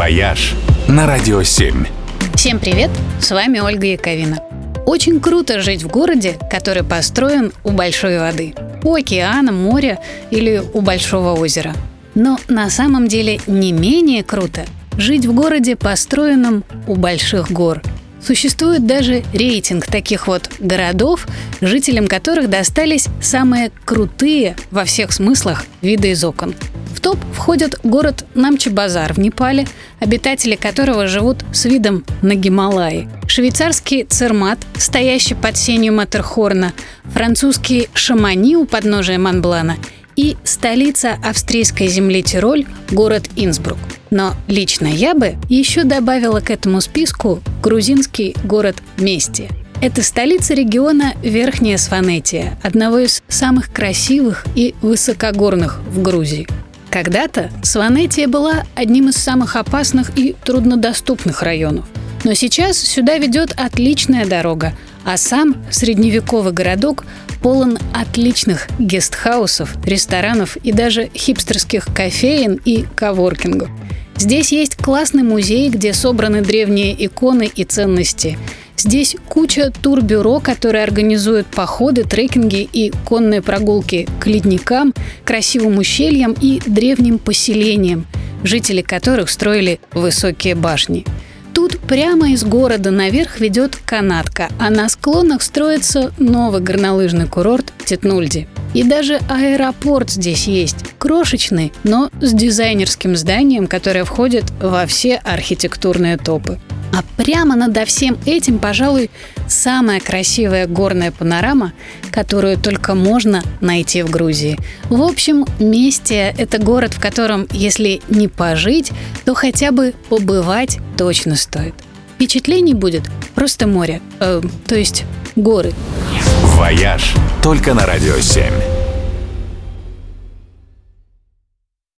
«Вояж» на Радио 7. Всем привет, с вами Ольга Яковина. Очень круто жить в городе, который построен у большой воды, у океана, моря или у большого озера. Но на самом деле не менее круто жить в городе, построенном у больших гор. Существует даже рейтинг таких вот городов, жителям которых достались самые крутые во всех смыслах виды из окон. В топ входит город Намчи-Базар в Непале, обитатели которого живут с видом на Гималаи, швейцарский Цермат, стоящий под сенью Маттерхорна, французский Шамани у подножия Монблана и столица австрийской земли Тироль, город Инсбрук. Но лично я бы еще добавила к этому списку грузинский город Местия. Это столица региона Верхняя Сванетия, одного из самых красивых и высокогорных в Грузии. Когда-то Сванетия была одним из самых опасных и труднодоступных районов. Но сейчас сюда ведет отличная дорога, а сам средневековый городок полон отличных гестхаусов, ресторанов и даже хипстерских кофеен и коворкингов. Здесь есть классный музей, где собраны древние иконы и ценности. Здесь куча турбюро, которые организуют походы, трекинги и конные прогулки к ледникам, красивым ущельям и древним поселениям, жители которых строили высокие башни. Тут прямо из города наверх ведет канатка, а на склонах строится новый горнолыжный курорт Тетнульди. И даже аэропорт здесь есть. Крошечный, но с дизайнерским зданием, которое входит во все архитектурные топы. А прямо над всем этим, пожалуй, самая красивая горная панорама, которую только можно найти в Грузии. В общем, Местия – это город, в котором, если не пожить, то хотя бы побывать точно стоит. Впечатлений будет просто море, то есть горы. «Вояж» только на Радио 7.